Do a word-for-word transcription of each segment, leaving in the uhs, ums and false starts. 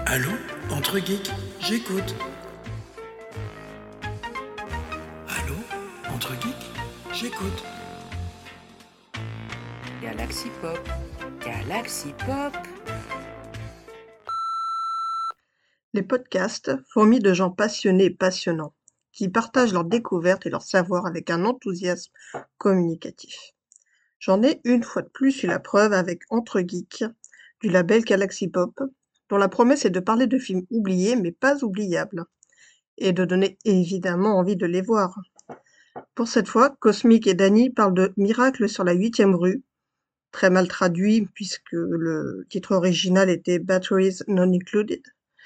Allô, entre geeks, j'écoute. Allô, entre geeks, j'écoute. Galaxy Pop, Galaxy Pop. Les podcasts, fourmis de gens passionnés et passionnants, qui partagent leurs découvertes et leurs savoirs avec un enthousiasme communicatif. J'en ai une fois de plus eu la preuve avec Entre Geeks, du label Galaxy Pop, dont la promesse est de parler de films oubliés mais pas oubliables, et de donner évidemment envie de les voir. Pour cette fois, Cosmic et Dany parlent de Miracle sur la huitième rue, très mal traduit puisque le titre original était Batteries Non Included,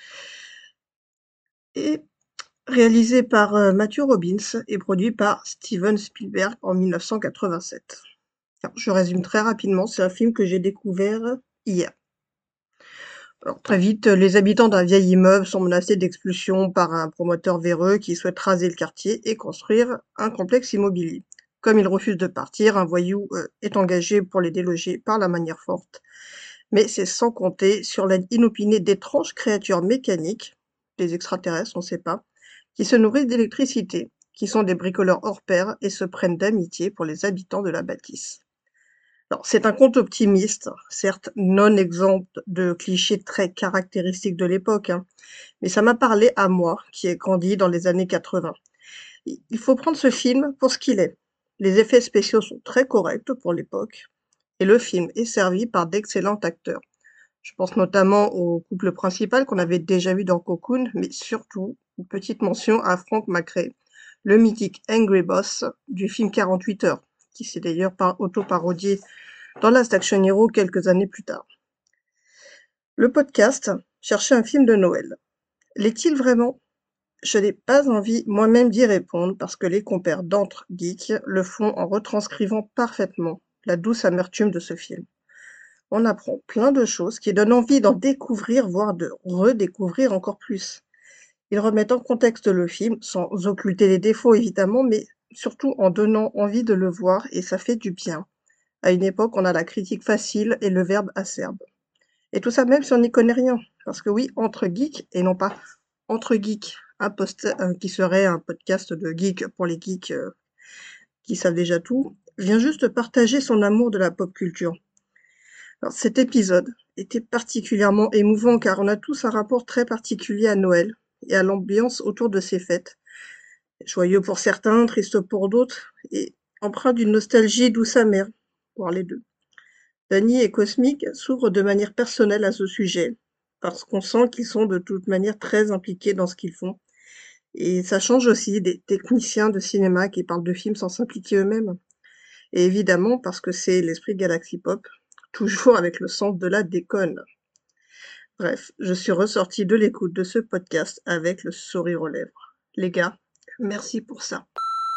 et réalisé par euh, Matthew Robbins et produit par Steven Spielberg en mille neuf cent quatre-vingt-sept. Alors, je résume très rapidement, c'est un film que j'ai découvert hier. Alors, très vite, les habitants d'un vieil immeuble sont menacés d'expulsion par un promoteur véreux qui souhaite raser le quartier et construire un complexe immobilier. Comme il refuse de partir, un voyou euh, est engagé pour les déloger par la manière forte. Mais c'est sans compter sur l'aide inopinée d'étranges créatures mécaniques, des extraterrestres, on ne sait pas, qui se nourrissent d'électricité, qui sont des bricoleurs hors pair et se prennent d'amitié pour les habitants de la bâtisse. Alors, c'est un conte optimiste, certes non exempt de clichés très caractéristiques de l'époque, hein, mais ça m'a parlé à moi, qui ai grandi dans les années quatre-vingts. Il faut prendre ce film pour ce qu'il est. Les effets spéciaux sont très corrects pour l'époque, et le film est servi par d'excellents acteurs. Je pense notamment au couple principal qu'on avait déjà vu dans Cocoon, mais surtout une petite mention à Frank McRae, le mythique Angry Boss du film quarante-huit heures, qui s'est d'ailleurs par auto-parodié dans Last Action Hero quelques années plus tard. Le podcast cherchait un film de Noël. L'est-il vraiment ? Je n'ai pas envie moi-même d'y répondre parce que les compères d'Entre Geeks le font en retranscrivant parfaitement la douce amertume de ce film. On apprend plein de choses qui donnent envie d'en découvrir, voire de redécouvrir encore plus. Ils remettent en contexte le film, sans occulter les défauts évidemment, mais surtout en donnant envie de le voir, et ça fait du bien. À une époque, on a la critique facile et le verbe acerbe. Et tout ça même si on n'y connaît rien. Parce que oui, Entre Geeks, et non pas Entre Geeks, un post euh, qui serait un podcast de geeks pour les geeks euh, qui savent déjà tout, vient juste partager son amour de la pop culture. Alors, cet épisode était particulièrement émouvant car on a tous un rapport très particulier à Noël et à l'ambiance autour de ces fêtes. Joyeux pour certains, triste pour d'autres, et empreint d'une nostalgie douce amère, voire les deux. Dany et Cosmic s'ouvrent de manière personnelle à ce sujet, parce qu'on sent qu'ils sont de toute manière très impliqués dans ce qu'ils font. Et ça change aussi des techniciens de cinéma qui parlent de films sans s'impliquer eux-mêmes. Et évidemment parce que c'est l'esprit Galaxy Pop, toujours avec le sens de la déconne. Bref, je suis ressortie de l'écoute de ce podcast avec le sourire aux lèvres. Les gars, merci pour ça.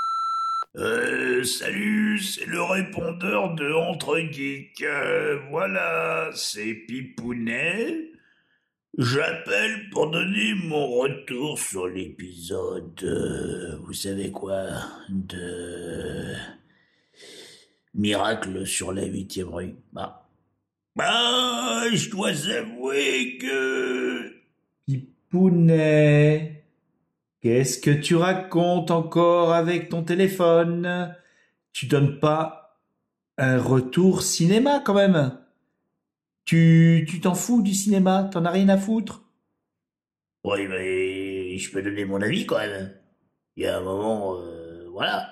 Euh, salut, c'est le répondeur de Entre Geeks. Euh, voilà, c'est Pipounet. J'appelle pour donner mon retour sur l'épisode, euh, vous savez quoi, de Miracle sur la huitième rue. Bah, bah, je dois avouer que... Pipounet, qu'est-ce que tu racontes encore avec ton téléphone ? Tu donnes pas un retour cinéma quand même ? Tu tu t'en fous du cinéma ? T'en as rien à foutre ? Oui, mais je peux donner mon avis quand même. Il y a un moment, euh, voilà.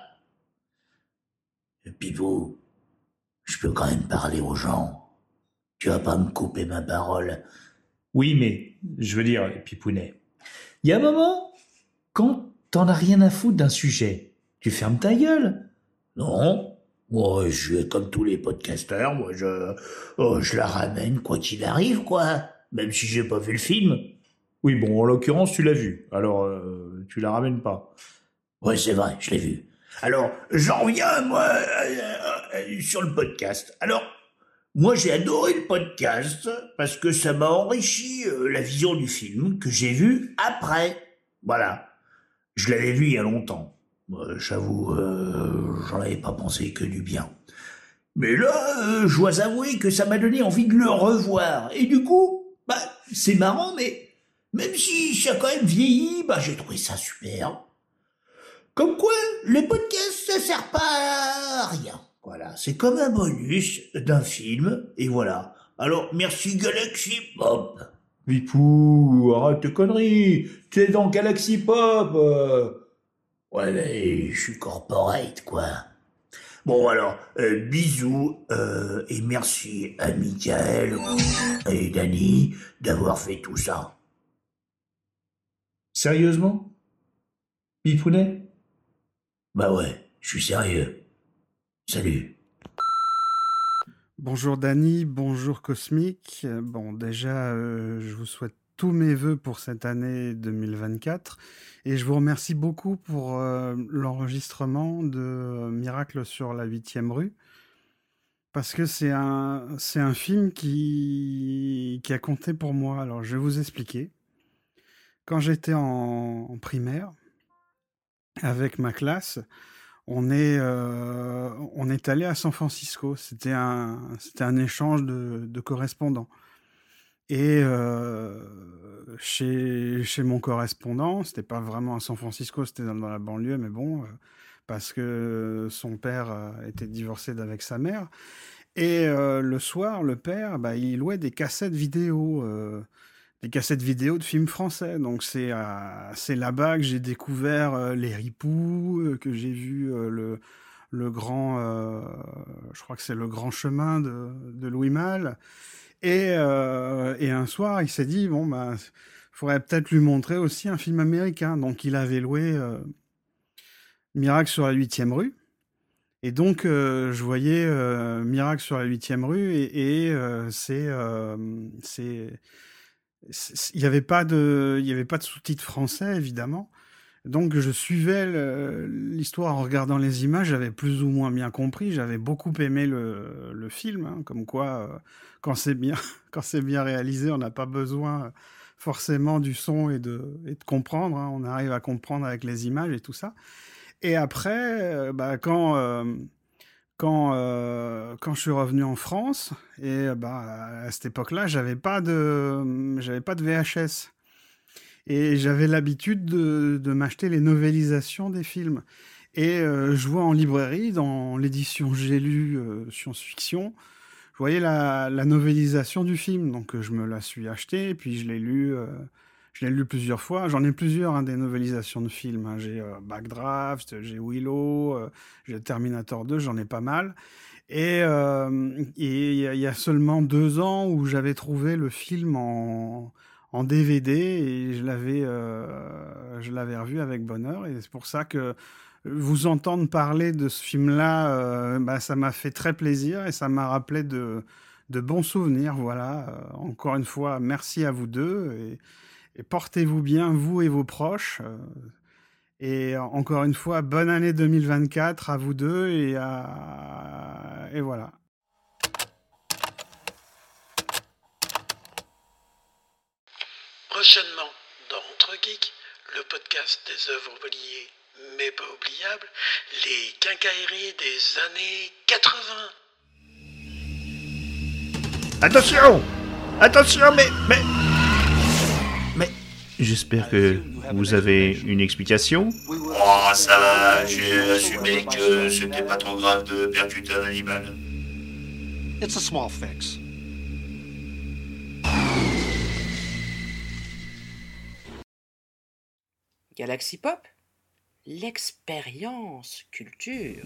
Pipou, je peux quand même parler aux gens. Tu vas pas me couper ma parole. Oui, mais je veux dire, Pipounet, il y a un moment, quand t'en as rien à foutre d'un sujet, tu fermes ta gueule. Non, moi je suis comme tous les podcasteurs, moi je, oh, je la ramène quoi qu'il arrive, quoi. Même si j'ai pas vu le film. Oui, bon, en l'occurrence, tu l'as vu, alors euh, tu la ramènes pas. Ouais, c'est vrai, je l'ai vu. Alors, j'en reviens, moi, euh, euh, sur le podcast. Alors, moi, j'ai adoré le podcast parce que ça m'a enrichi euh, la vision du film que j'ai vu après. Voilà. Je l'avais vu il y a longtemps. Euh, j'avoue, euh, j'en avais pas pensé que du bien. Mais là, euh, je dois avouer que ça m'a donné envie de le revoir. Et du coup, bah, c'est marrant, mais Même si ça a quand même vieilli, bah j'ai trouvé ça super. Comme quoi, le podcast, ça sert pas à rien. Voilà, c'est comme un bonus d'un film, et voilà. Alors, merci Galaxy Pop. Vipou, arrête tes conneries. Tu es dans Galaxy Pop. euh. Ouais, mais je suis corporate, quoi. Bon, alors, euh, bisous, euh, et merci à Michael et Dany d'avoir fait tout ça. Sérieusement? Pipounet? Bah ouais, je suis sérieux. Salut. Bonjour Dany, bonjour Cosmic. Euh, Bon, déjà, euh, je vous souhaite tous mes vœux pour cette année deux mille vingt-quatre et je vous remercie beaucoup pour euh, l'enregistrement de euh, Miracle sur la huitième rue parce que c'est un, c'est un film qui, qui a compté pour moi. Alors, je vais vous expliquer. Quand j'étais en, en primaire, avec ma classe, on est, euh, on est allé à San Francisco. C'était un, c'était un échange de, de correspondants. Et euh, chez, chez mon correspondant, c'était pas vraiment à San Francisco, c'était dans, dans la banlieue, mais bon, euh, parce que son père euh, était divorcé d'avec sa mère. Et euh, le soir, le père, bah, il louait des cassettes vidéo, euh, des cassettes vidéo de films français. Donc c'est euh, c'est là-bas que j'ai découvert euh, Les Ripoux, euh, que j'ai vu euh, le, le grand, euh, je crois que c'est Le Grand Chemin de, de Louis Malle. Et, euh, et un soir, il s'est dit, bon, bah, faudrait peut-être lui montrer aussi un film américain. Donc il avait loué euh, Miracle sur la huitième rue. Et donc, euh, je voyais euh, Miracle sur la huitième rue et, et euh, c'est, euh, c'est, c'est- il n'y avait pas de, il y avait pas de sous-titres français, évidemment. Donc, je suivais le- l'histoire en regardant les images. J'avais plus ou moins bien compris. J'avais beaucoup aimé le, le film, hein, comme quoi, euh, quand c'est bien, quand c'est bien réalisé, on n'a pas besoin forcément du son et de, et de comprendre, hein. On arrive à comprendre avec les images et tout ça. Et après, euh, bah, quand, euh, quand, euh, quand je suis revenu en France, et euh, bah, à cette époque-là, j'avais pas de, j'avais pas de V H S. Et j'avais l'habitude de, de m'acheter les novélisations des films. Et euh, je vois en librairie, dans l'édition J'ai lu euh, science-fiction, je voyais la, la novélisation du film. Donc euh, je me la suis achetée, et puis je l'ai lu, euh, je l'ai lu plusieurs fois. J'en ai plusieurs, hein, des novélisations de films, hein. J'ai euh, Backdraft, j'ai Willow, euh, j'ai Terminator deux, j'en ai pas mal. Et euh, et il y, a il y a seulement deux ans où j'avais trouvé le film en, en D V D et je l'avais euh, je l'avais revu avec bonheur. Et c'est pour ça que vous entendre parler de ce film-là, euh, bah, ça m'a fait très plaisir et ça m'a rappelé de, de bons souvenirs. Voilà. Euh, encore une fois, merci à vous deux et, et portez-vous bien, vous et vos proches. Euh, et encore une fois, bonne année deux mille vingt-quatre à vous deux et, à... et voilà. Prochainement, dans Entre Geeks, le podcast des œuvres oubliées mais pas oubliables, les quincailleries des années quatre-vingts. Attention! Attention, mais... mais... Mais... J'espère que vous avez une explication. Oh, ça va, j'ai assumé que c'était pas trop grave de percuter un animal. It's a small fix. Galaxy Pop, l'expérience culture.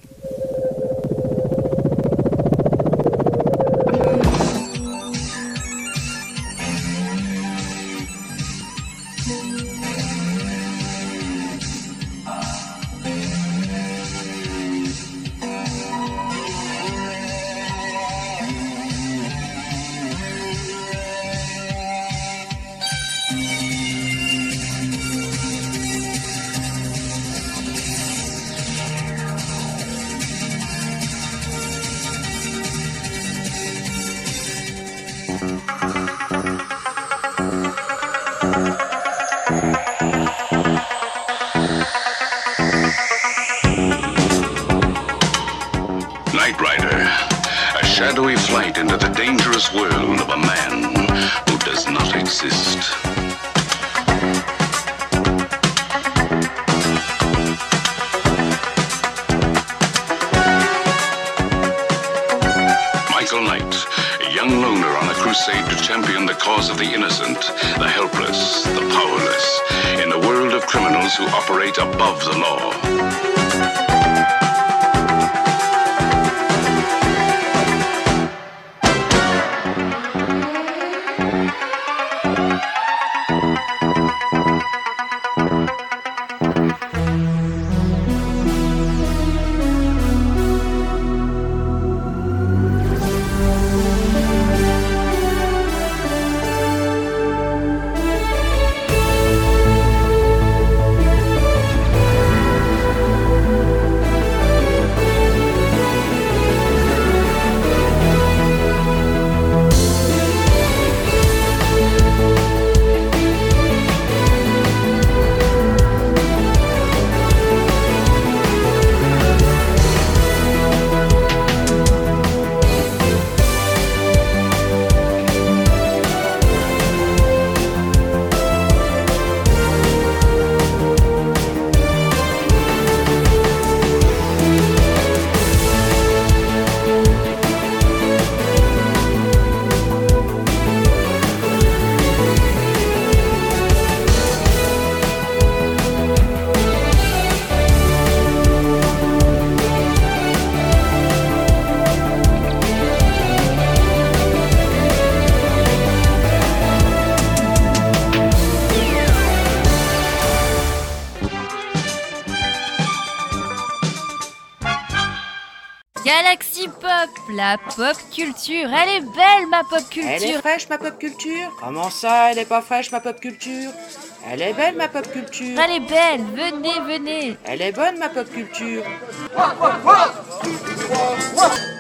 Knight Rider, a shadowy flight into the dangerous world of a man who does not exist. crusade to champion the cause of the innocent, the helpless, the powerless, in a world of criminals who operate above the law. Galaxy Pop, la pop culture, elle est belle ma pop culture. Elle est fraîche ma pop culture? Comment ça, elle est pas fraîche ma pop culture? Elle est belle ma pop culture. Elle est belle, venez, venez. Elle est bonne ma pop culture.